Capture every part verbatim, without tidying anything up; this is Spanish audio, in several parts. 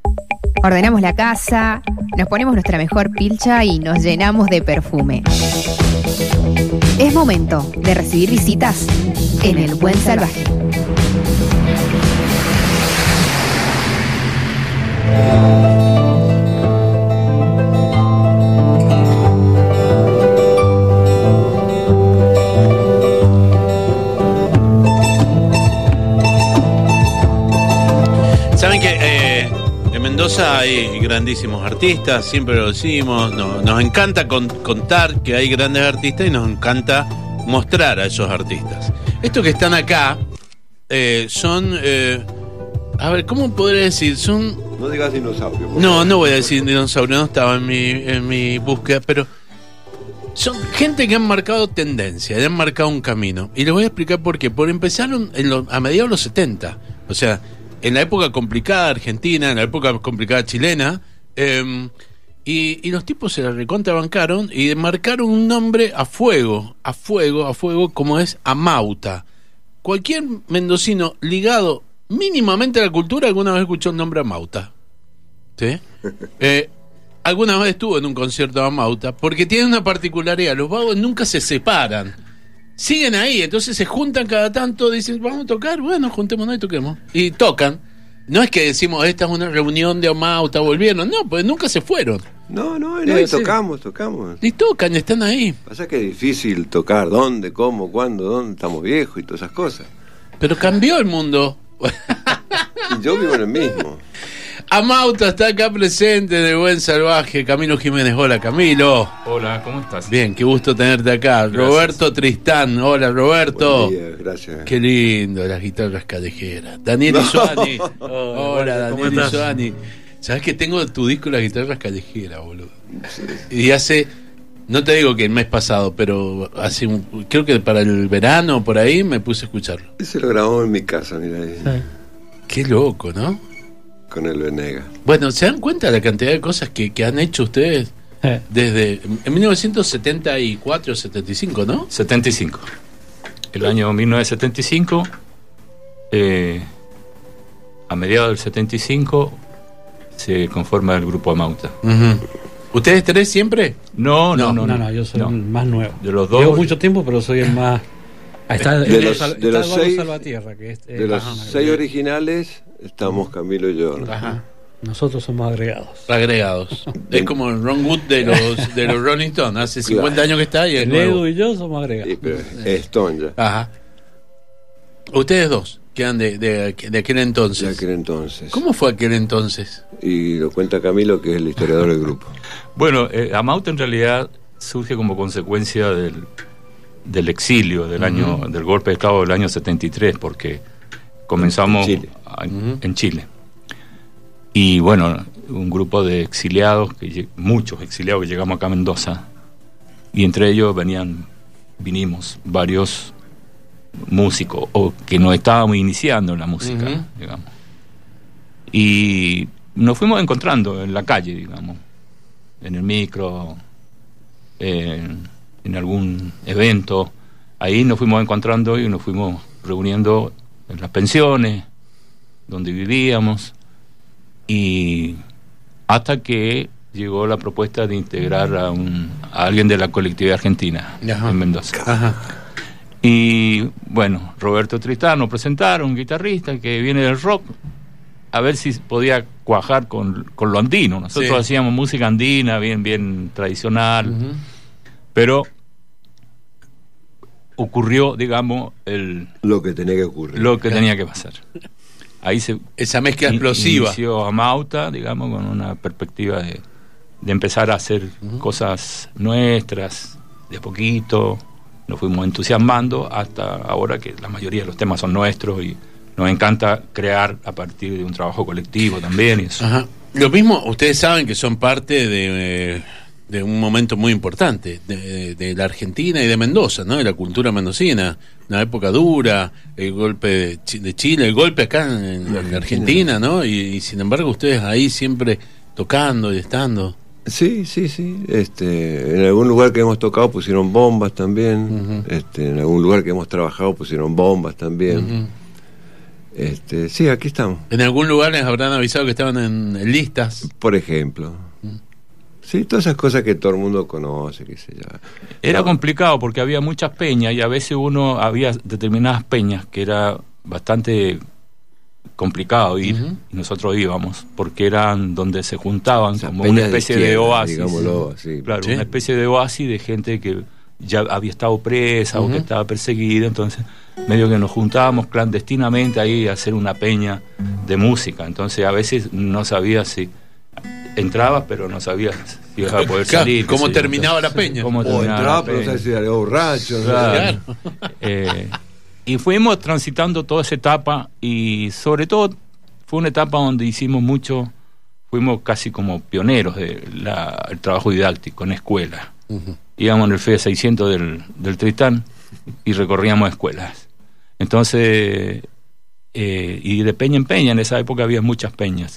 Ordenamos la casa, nos ponemos nuestra mejor pilcha y nos llenamos de perfume. Es momento de recibir visitas en El Buen Salvaje. Saben que eh, en Mendoza hay grandísimos artistas, siempre lo decimos, no, nos encanta con, contar que hay grandes artistas y nos encanta mostrar a esos artistas. Estos que están acá eh, son, eh, a ver, ¿cómo podría decir? Son... No digas dinosaurio. No, no voy a decir dinosaurio, no estaba en mi, en mi búsqueda, pero son gente que han marcado tendencia, y han marcado un camino. Y les voy a explicar por qué. Por empezar en lo, a mediados de los setenta, o sea, en la época complicada argentina, en la época complicada chilena, eh, y, y los tipos se la recontrabancaron y marcaron un nombre a fuego, a fuego, a fuego, como es Amauta. Cualquier mendocino ligado mínimamente a la cultura alguna vez escuchó el nombre Amauta. ¿Sí? Eh, alguna vez estuvo en un concierto de Amauta, porque tiene una particularidad, los vagos nunca se separan. Siguen ahí, entonces se juntan cada tanto, dicen, vamos a tocar, bueno, juntémonos y toquemos. Y tocan. No es que decimos, esta es una reunión de Amauta, volvieron. No, pues nunca se fueron. No, no, no, y tocamos, tocamos. Y tocan, están ahí. Pasa que es difícil tocar, dónde, cómo, cuándo, dónde, estamos viejos y todas esas cosas. Pero cambió el mundo. Y yo vivo en el mismo. Amauta está acá presente de Buen Salvaje. Camilo Jiménez, hola Camilo. Hola, ¿cómo estás? Bien, qué gusto tenerte acá. Gracias. Roberto Tristán, hola Roberto. Buen día, gracias. Qué lindo, las guitarras callejeras. Daniel Isuani. No. Hola Daniel Isuani. ¿Sabes que tengo tu disco Las Guitarras Callejeras, boludo? Sí. Y hace, no te digo que el mes pasado, pero hace un, creo que para el verano, por ahí, me puse a escucharlo. Ese lo grabamos en mi casa, mira ahí. Sí. Qué loco, ¿no? Con el Venega. Bueno, ¿se dan cuenta de la cantidad de cosas que, que han hecho ustedes eh. desde en mil novecientos setenta y cuatro, setenta y cinco, ¿no? setenta y cinco. El año mil novecientos setenta y cinco, eh, a mediados del setenta y cinco, se conforma el grupo Amauta. Uh-huh. ¿Ustedes tres siempre? No, no, no. No, no, no yo soy no. el más nuevo. De los dos. Llevo mucho tiempo, pero soy el más... Ahí está, de, el, los, el, de, los seis, Salvatierra, que es, de los Bajana, seis originales estamos Camilo y yo, ¿no? Ajá. Nosotros somos agregados. Agregados. Es como el Ron Wood de los de los Rolling Stones. Hace cincuenta claro. años que está y es el nuevo. Edu y yo somos agregados. Sí, pero es Stone ya. Ajá. Ustedes dos quedan de, de, de aquel entonces. De aquel entonces. ¿Cómo fue aquel entonces? Y lo cuenta Camilo, que es el historiador del grupo. Bueno, eh, Amauta en realidad surge como consecuencia del del exilio del uh-huh. año del golpe de estado del año setenta y tres, porque comenzamos en Chile, a, uh-huh. en Chile. Y bueno, un grupo de exiliados, que muchos exiliados que llegamos acá a Mendoza, y entre ellos venían vinimos varios músicos o que nos estábamos iniciando en la música, uh-huh. digamos. Y nos fuimos encontrando en la calle, digamos, en el micro, en en algún evento, ahí nos fuimos encontrando y nos fuimos reuniendo en las pensiones donde vivíamos, y hasta que llegó la propuesta de integrar a, un, a alguien de la colectividad argentina. Ajá. En Mendoza. Ajá. Y bueno, Roberto Tristán nos presentaron, un guitarrista que viene del rock, a ver si podía cuajar con, con lo andino. Nosotros sí. hacíamos música andina, bien, bien tradicional. Uh-huh. Pero ocurrió, digamos, el lo que tenía que ocurrir. Lo que tenía que pasar. Ahí se esa mezcla in, explosiva. Inició Amauta, digamos, con una perspectiva de, de empezar a hacer uh-huh. cosas nuestras, de a poquito. Nos fuimos entusiasmando hasta ahora que la mayoría de los temas son nuestros y nos encanta crear a partir de un trabajo colectivo también. Y eso. Ajá. Lo mismo, ustedes saben que son parte de... Eh... de un momento muy importante de, de, de la Argentina y de Mendoza, ¿no? De la cultura mendocina, una época dura, el golpe de, Ch- de Chile, el golpe acá en, en, en Argentina, ¿no? Y, y sin embargo ustedes ahí siempre tocando y estando. Sí, sí, sí. Este, en algún lugar que hemos tocado pusieron bombas también. Uh-huh. Este, en algún lugar que hemos trabajado pusieron bombas también. Este, sí, aquí estamos. ¿En algún lugar les habrán avisado que estaban en, en listas? Por ejemplo. Mm. Sí, todas esas cosas que todo el mundo conoce, qué sé yo. Era no. complicado porque había muchas peñas y a veces uno había determinadas peñas que era bastante complicado ir, uh-huh. y nosotros íbamos porque eran donde se juntaban, o sea, como una especie de, izquierda, de oasis, digámoslo, sí. Claro, ¿Sí? Una especie de oasis de gente que ya había estado presa, uh-huh. o que estaba perseguida, entonces medio que nos juntábamos clandestinamente ahí a hacer una peña de música, entonces a veces no sabía si entrabas, pero no sabías si ibas a poder claro, salir. ¿Cómo terminaba la peña? ¿Cómo o entraba, pero no sabes si era borracho. Claro. ¿No? Eh, y fuimos transitando toda esa etapa y sobre todo fue una etapa donde hicimos mucho, fuimos casi como pioneros del de trabajo didáctico en escuelas. Uh-huh. Íbamos en el F E seiscientos del, del Tristán y recorríamos escuelas. Entonces, eh, y de peña en peña, en esa época había muchas peñas.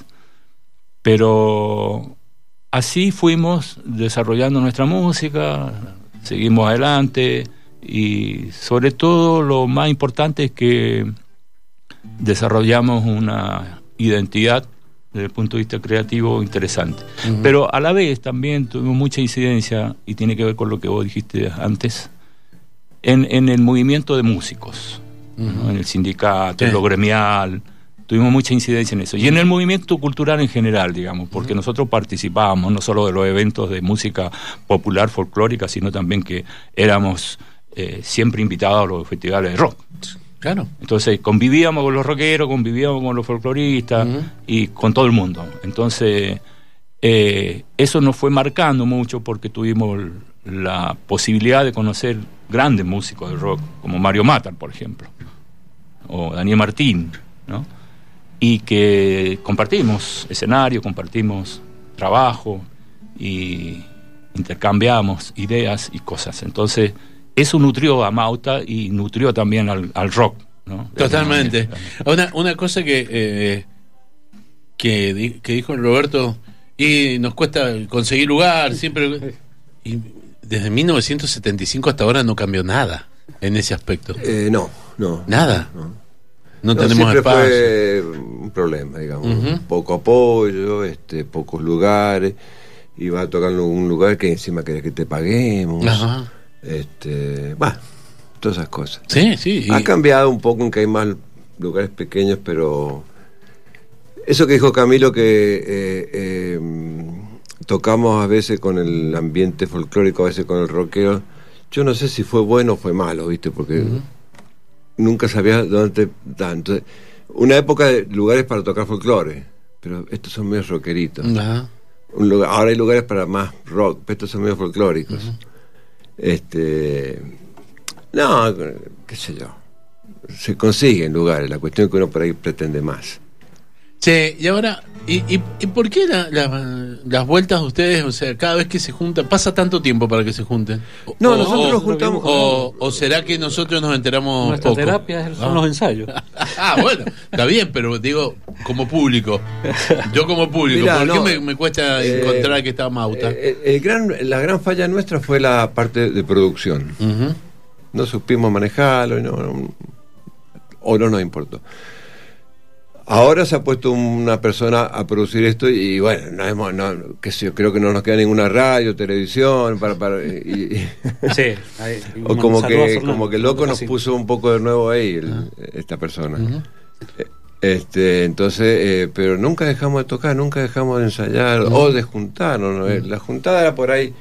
Pero así fuimos desarrollando nuestra música, seguimos adelante y sobre todo lo más importante es que desarrollamos una identidad desde el punto de vista creativo interesante. Uh-huh. Pero a la vez también tuvimos mucha incidencia, y tiene que ver con lo que vos dijiste antes, en, en el movimiento de músicos, uh-huh. ¿no? En el sindicato, sí. En lo gremial. Tuvimos mucha incidencia en eso. Y en el movimiento cultural en general, digamos, porque uh-huh. nosotros participábamos no solo de los eventos de música popular, folclórica, sino también que éramos eh, siempre invitados a los festivales de rock. Claro. Entonces convivíamos con los rockeros, convivíamos con los folcloristas uh-huh. y con todo el mundo. Entonces eh, eso nos fue marcando mucho porque tuvimos la posibilidad de conocer grandes músicos de rock, como Mario Matar, por ejemplo, o Daniel Martín, ¿no? Y que compartimos escenario, compartimos trabajo y intercambiamos ideas y cosas. Entonces eso nutrió a Mauta y nutrió también al, al rock, ¿no? Totalmente. Una, una cosa que eh, que, que dijo Roberto, y nos cuesta conseguir lugar siempre, y desde mil novecientos setenta y cinco hasta ahora no cambió nada en ese aspecto. Eh, no, no. Nada. No. No, no, tenemos siempre espacio. Fue un problema, digamos. Uh-huh. Poco apoyo, este, pocos lugares. Iba a tocar en un lugar que encima quería que te paguemos. Ajá. Este, bueno, todas esas cosas. Sí, sí. Ha y... cambiado un poco en que hay más lugares pequeños, pero eso que dijo Camilo, que eh, eh, tocamos a veces con el ambiente folclórico, a veces con el rockero. Yo no sé si fue bueno o fue malo, ¿viste? Porque uh-huh. nunca sabía dónde te dan. Entonces, una época de lugares para tocar folclore, pero estos son medio rockeritos. Uh-huh. Un lugar, ahora hay lugares para más rock, pero estos son medio folclóricos. Uh-huh. Este, no, qué sé yo. Se consiguen lugares, la cuestión es que uno por ahí pretende más. Sí, y ahora, ¿y, y, y por qué la, la, las vueltas de ustedes? O sea, cada vez que se juntan, ¿pasa tanto tiempo para que se junten? O, no, o, nosotros o, nos juntamos. O, o será que nosotros nos enteramos Nuestra poco? terapia son ah. los ensayos. Ah, bueno, está bien, pero digo, como público. Yo como público, Mirá, ¿por no, qué me, me cuesta eh, encontrar que está Mauta? Eh, el gran, la gran falla nuestra fue la parte de producción. Uh-huh. No supimos manejarlo y no, no, o no nos importó. Ahora se ha puesto una persona a producir esto y bueno, no hemos, no, que sé, yo creo que no nos queda ninguna radio, televisión para, para y, y sí, ahí, o como que como que loco nos puso un poco de nuevo ahí el, uh-huh. esta persona. Uh-huh. Este, entonces, eh, pero nunca dejamos de tocar, nunca dejamos de ensayar uh-huh. o de juntarnos. ¿no? Uh-huh. La juntada era por ahí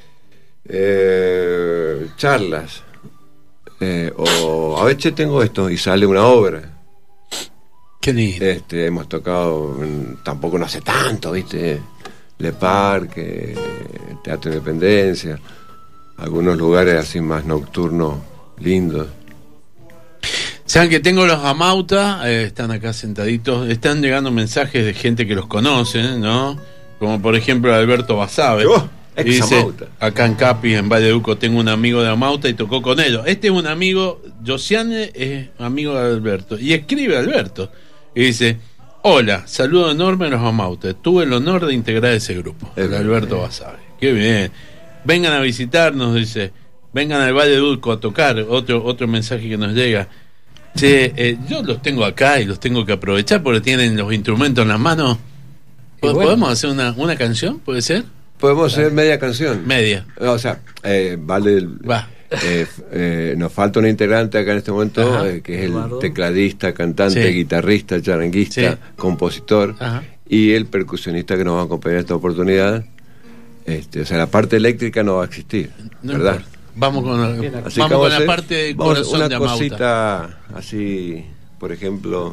eh, charlas eh, o a ver, che, tengo esto y sale una obra. Qué lindo. Este, hemos tocado, tampoco no hace tanto, ¿viste? Le Parque, Teatro de Independencia, algunos lugares así más nocturnos, lindos. Saben que tengo los Amauta, eh, están acá sentaditos, están llegando mensajes de gente que los conoce, ¿no? Como por ejemplo Alberto Basabe. Oh, ex dice, Amauta. Acá en Capi, en Valleduco, tengo un amigo de Amauta y tocó con ellos. Este es un amigo, Josiane es amigo de Alberto, y escribe Alberto. Y dice, hola, saludo enorme a los Amauta. Tuve el honor de integrar ese grupo. El Alberto Basabe. Qué bien. Vengan a visitarnos, dice. Vengan al Valle de Dulco a tocar. Otro, otro mensaje que nos llega. Sí, eh, yo los tengo acá y los tengo que aprovechar porque tienen los instrumentos en las manos. Bueno. ¿Podemos hacer una, una canción? ¿Puede ser? Podemos hacer media canción. Media. O sea, eh, vale. El, Va. eh, eh, nos falta un integrante acá en este momento, eh, que es el Eduardo. tecladista, cantante, Sí. guitarrista, charanguista, Sí. compositor, Ajá. y el percusionista que nos va a acompañar en esta oportunidad. Este, o sea, la parte eléctrica no va a existir, No ¿verdad? importa. Vamos con, Bien, Así vamos que con a la hacer- parte de vamos a- corazón una de Amauta. cosita así, por ejemplo.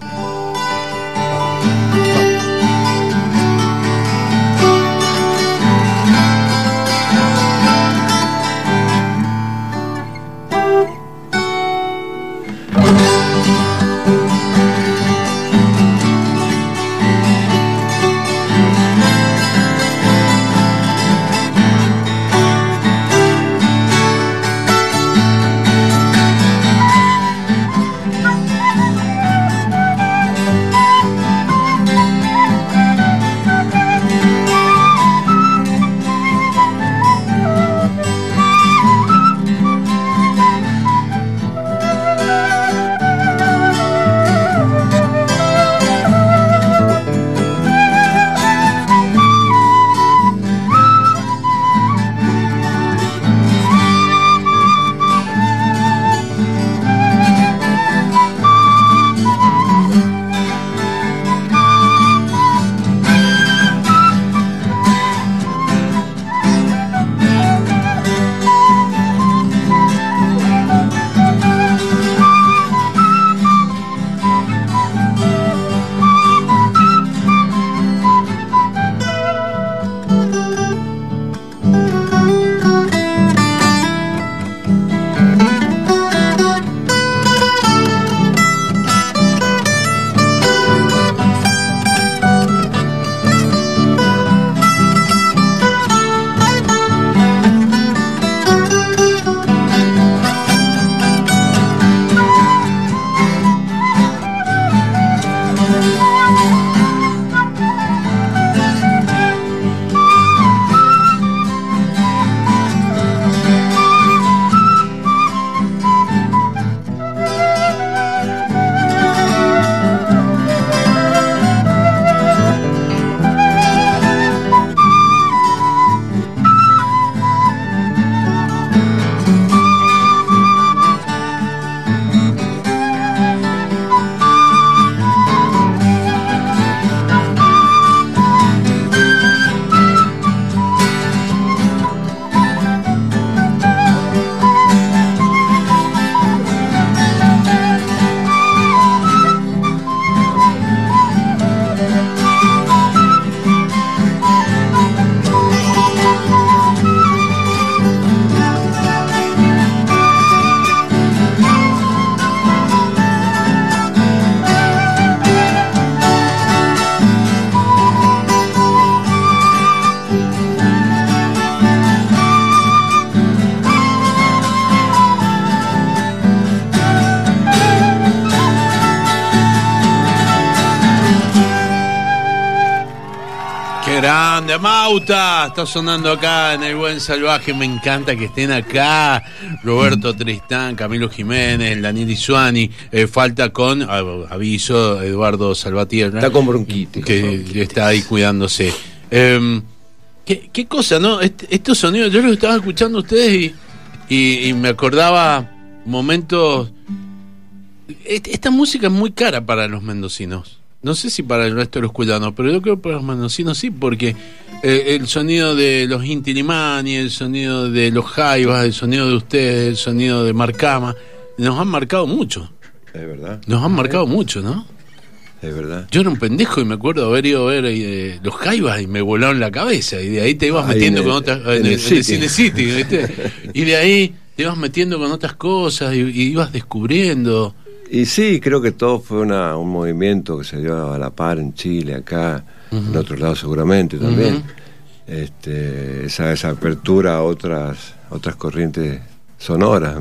Grande, Amauta, está sonando acá en El Buen Salvaje. Me encanta que estén acá Roberto Tristán, Camilo Jiménez, Daniel Isuani. Eh, falta con, ah, aviso, Eduardo Salvatierra, Está con bronquitis. que está ahí cuidándose. Eh, ¿qué, qué cosa, ¿no? Est- estos sonidos, yo los estaba escuchando a ustedes y, y, y me acordaba momentos. Est- Esta música es muy cara para los mendocinos. No sé si para el resto de los cuyanos, pero yo creo que para los mendocinos sí, porque eh, el sonido de los Inti Illimani, el sonido de los Jaivas, el sonido de ustedes, el sonido de Marcama, nos han marcado mucho. Es verdad, Nos han marcado mucho, ¿no? es verdad. Yo era un pendejo y me acuerdo haber ido a ver eh, los Jaivas y me volaron la cabeza. Y de ahí te ibas Ahí metiendo en el- con otras. en En, el el, en el City. Cine City, ¿viste? Y de ahí te ibas metiendo con otras cosas y, y ibas descubriendo. Y sí, creo que todo fue una, un movimiento que se dio a la par en Chile, acá, Ujú. en otros lados seguramente también. Ujú. este, esa, esa apertura a otras, otras corrientes sonoras,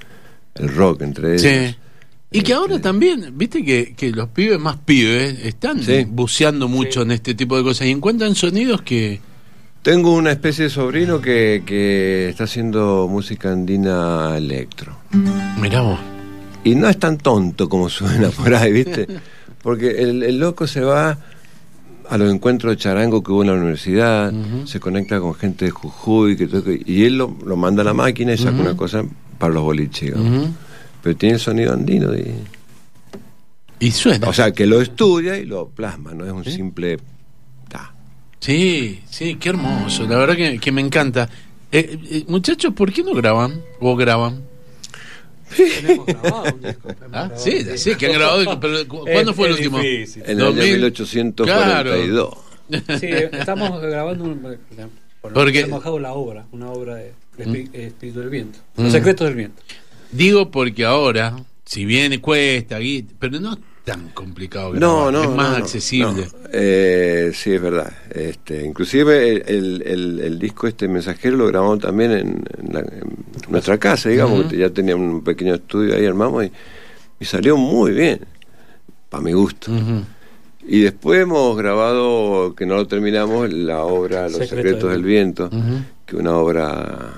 el rock entre ellas. Sí. Y que ahora también, viste que, que los pibes más pibes están Sí. buceando mucho Sí. en este tipo de cosas y encuentran sonidos que... Tengo una especie de sobrino que, que está haciendo música andina electro. Mirá vos. Y no es tan tonto como suena por ahí, ¿viste? Porque el, el loco se va a los encuentros de charango que hubo en la universidad, uh-huh. se conecta con gente de Jujuy, que toca, y él lo, lo manda a la máquina y saca uh-huh. una cosa para los boliches, uh-huh. pero tiene el sonido andino y... y suena. O sea, que lo estudia y lo plasma, no es un ¿sí? simple... Ta. Sí, sí, qué hermoso, la verdad que, que me encanta. Eh, eh, muchachos, ¿por qué no graban? ¿O graban? Tenemos grabado un disco. Ah, sí, sí, que han grabado. Pero ¿cuándo es, fue el último? Difícil. En el año mil ochocientos cuarenta y dos. Claro. Sí, estamos grabando un, bueno, porque hemos bajado la obra, una obra de, de ¿Mm? Espíritu del Viento, mm. Los Secretos del Viento. Digo porque ahora, si bien cuesta, pero no es tan complicado grabar, no, no, es más no, accesible. No. Eh, sí, es verdad. Este, inclusive el, el, el, el disco este Mensajero lo grabamos también en, en, la, en nuestra casa, digamos, uh-huh. que ya tenía un pequeño estudio ahí, armamos y, y salió muy bien, para mi gusto. Uh-huh. Y después hemos grabado, que no lo terminamos, la obra Los Secretos, Secretos del Viento, uh-huh. que es una obra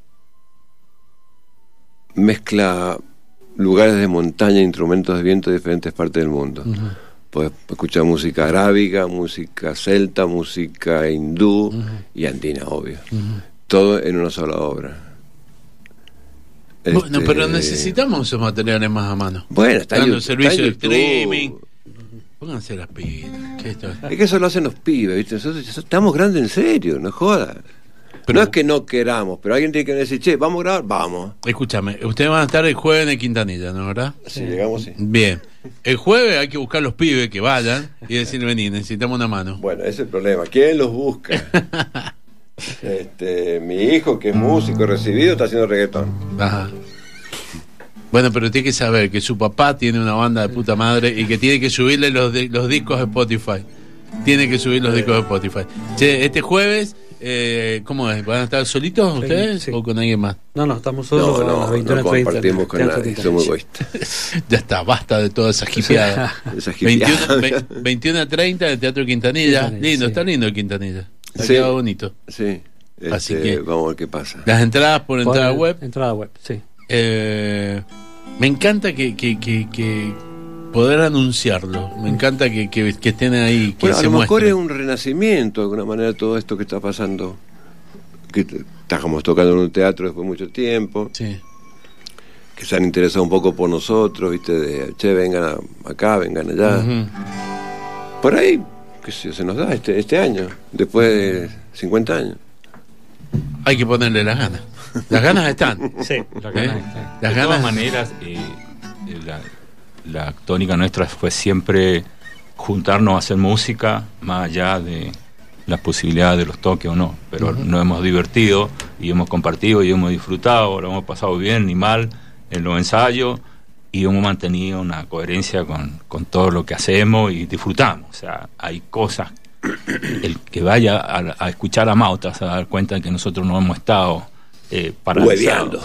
mezcla lugares de montaña e instrumentos de viento de diferentes partes del mundo. Uh-huh. Puedes escuchar música arábiga, música celta, música hindú uh-huh. y andina, obvio. Uh-huh. Todo en una sola obra. Bueno, este... pero necesitamos esos materiales más a mano. Bueno, está dando en servicio de streaming. Pónganse las pilas. Es que eso lo hacen los pibes, ¿viste? Nosotros estamos grandes en serio, no jodas. Pero, no es que no queramos, pero alguien tiene que decir, che, ¿vamos a grabar? Vamos. Escúchame, ustedes van a estar el jueves en Quintanilla, ¿no, verdad? Si sí, llegamos, sí. Bien. El jueves hay que buscar los pibes que vayan y decir, vení, necesitamos una mano. Bueno, ese es el problema. ¿Quién los busca? este, mi hijo, que es músico recibido, está haciendo reggaetón. Ajá. Bueno, pero tiene que saber que su papá tiene una banda de puta madre y que tiene que subirle los, de, los discos de Spotify. Tiene que subir los sí. discos de Spotify. Che, este jueves... Eh, ¿Cómo es? ¿Van a estar solitos ustedes sí, sí. o con alguien más? No, no, estamos solos. No, no, no, no compartimos con nadie, somos egoístas. Ya está, basta de toda esa jipeada. veintiuno a treinta de Teatro Quintanilla. Quintanilla lindo, sí. Está lindo el Quintanilla. Ha sí, quedado bonito. Sí. Este, Así que vamos a ver qué pasa. Las entradas por entrada por web. Entrada web, sí. Eh, me encanta que, que, que, que poder anunciarlo. Me encanta que, que, que estén ahí. Que bueno, se a lo mejor muestren. Es un renacimiento de alguna manera todo esto que está pasando. Que estábamos tocando en un teatro después de mucho tiempo. Sí. Que se han interesado un poco por nosotros, ¿viste? De che, vengan a, acá, vengan allá. Uh-huh. Por ahí, qué sé yo, se nos da este, este año, después de cincuenta años. Hay que ponerle las ganas. Las ganas están. Sí, las ganas ¿Eh? están. Las de ganas... todas maneras, eh, la. La tónica nuestra fue siempre juntarnos a hacer música, más allá de las posibilidades de los toques o no. Pero uh-huh. nos hemos divertido y hemos compartido y hemos disfrutado, lo hemos pasado bien ni mal en los ensayos y hemos mantenido una coherencia con, con todo lo que hacemos y disfrutamos. O sea, hay cosas, el que vaya a, a escuchar a Mauta se va a dar cuenta de que nosotros no hemos estado... Eh, Hueveando.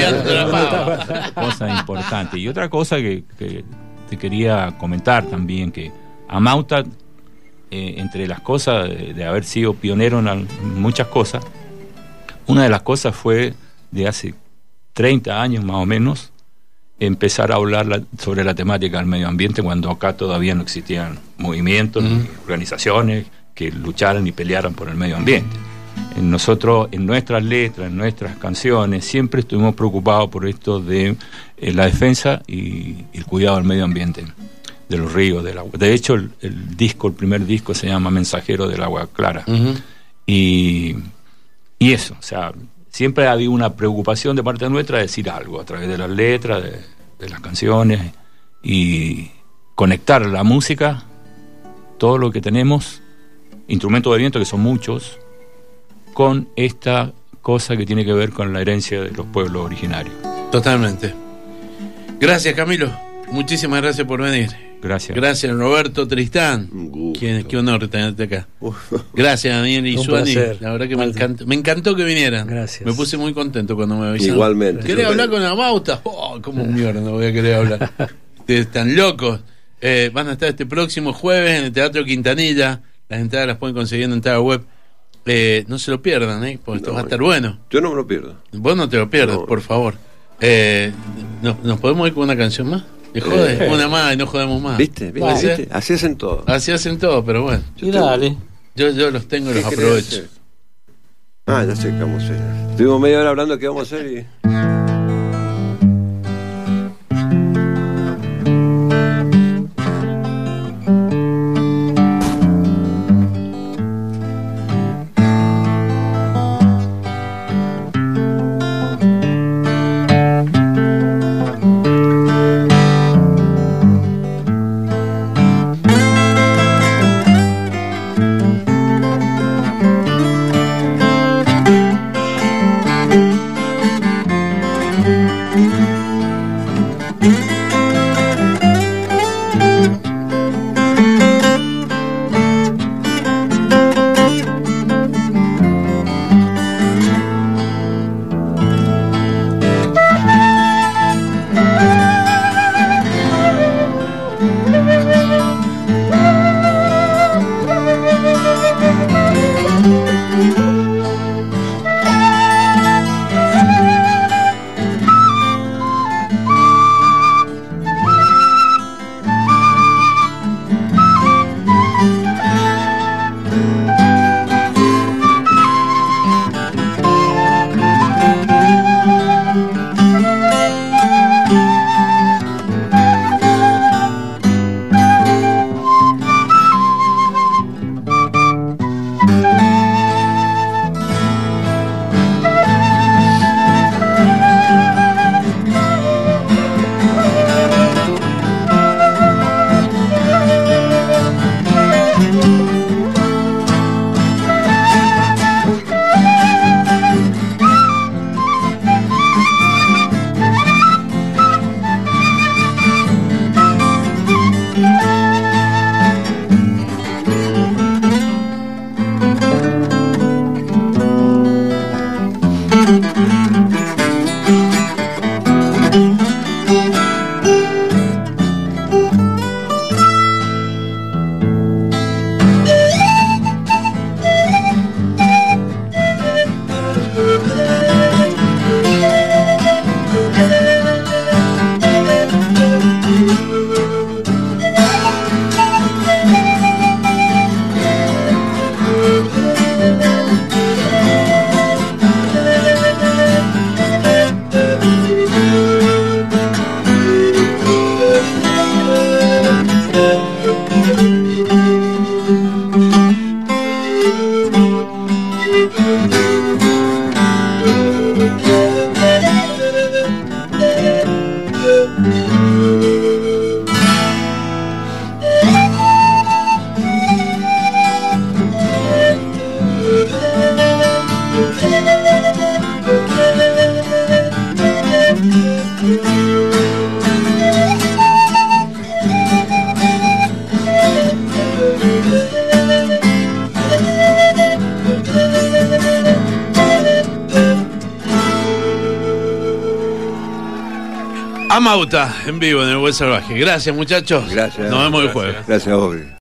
Cosa importante. Y otra cosa que, que te quería comentar también, que Amauta, eh, entre las cosas de, de haber sido pionero en, al, en muchas cosas, una de las cosas fue de hace treinta años más o menos, empezar a hablar la, sobre la temática del medio ambiente cuando acá todavía no existían movimientos, mm. ni organizaciones que lucharan y pelearan por el medio ambiente. En nosotros, en nuestras letras, en nuestras canciones, siempre estuvimos preocupados por esto de eh, la defensa y, y el cuidado del medio ambiente, de los ríos, del agua. De hecho, el, el disco, el primer disco se llama Mensajero del Agua Clara. Uh-huh. Y, y eso, o sea, siempre ha habido una preocupación de parte nuestra de decir algo a través de las letras, de, de las canciones, y conectar la música, todo lo que tenemos, instrumentos de viento, que son muchos, con esta cosa que tiene que ver con la herencia de los pueblos originarios. Totalmente. Gracias, Camilo. Muchísimas gracias por venir. Gracias. Gracias, Roberto Tristán. Qué, qué honor tenerte acá. Gracias, Daniel y Suani. La verdad que me encantó, me encantó que vinieran. Gracias. Me puse muy contento cuando me avisaron. Igualmente. ¿Querés hablar con la Mauta? Oh, ¿cómo mierda no voy a querer hablar? Están locos. Eh, van a estar este próximo jueves en el Teatro Quintanilla. Las entradas las pueden conseguir en entrada web. Eh, no se lo pierdan, ¿eh? Porque esto no, va a estar bueno. Yo no me lo pierdo. Vos no te lo pierdas, no. Por favor. Eh, ¿Nos, ¿Nos podemos ir con una canción más? ¿Te jode? Eh. Una más y no jodemos más. ¿Viste? ¿Viste? ¿Puede ¿Viste? ser? Así hacen todo. Así hacen todo, pero bueno. Y dale. Yo, yo los tengo y ¿Qué los querés aprovecho. hacer? Ah, ya sé qué vamos a hacer. Estuvimos media hora hablando de qué vamos a hacer y... Amauta, en vivo en el Buen Salvaje. Gracias, muchachos. Gracias. Nos vemos el Gracias. jueves. Gracias, Bobby.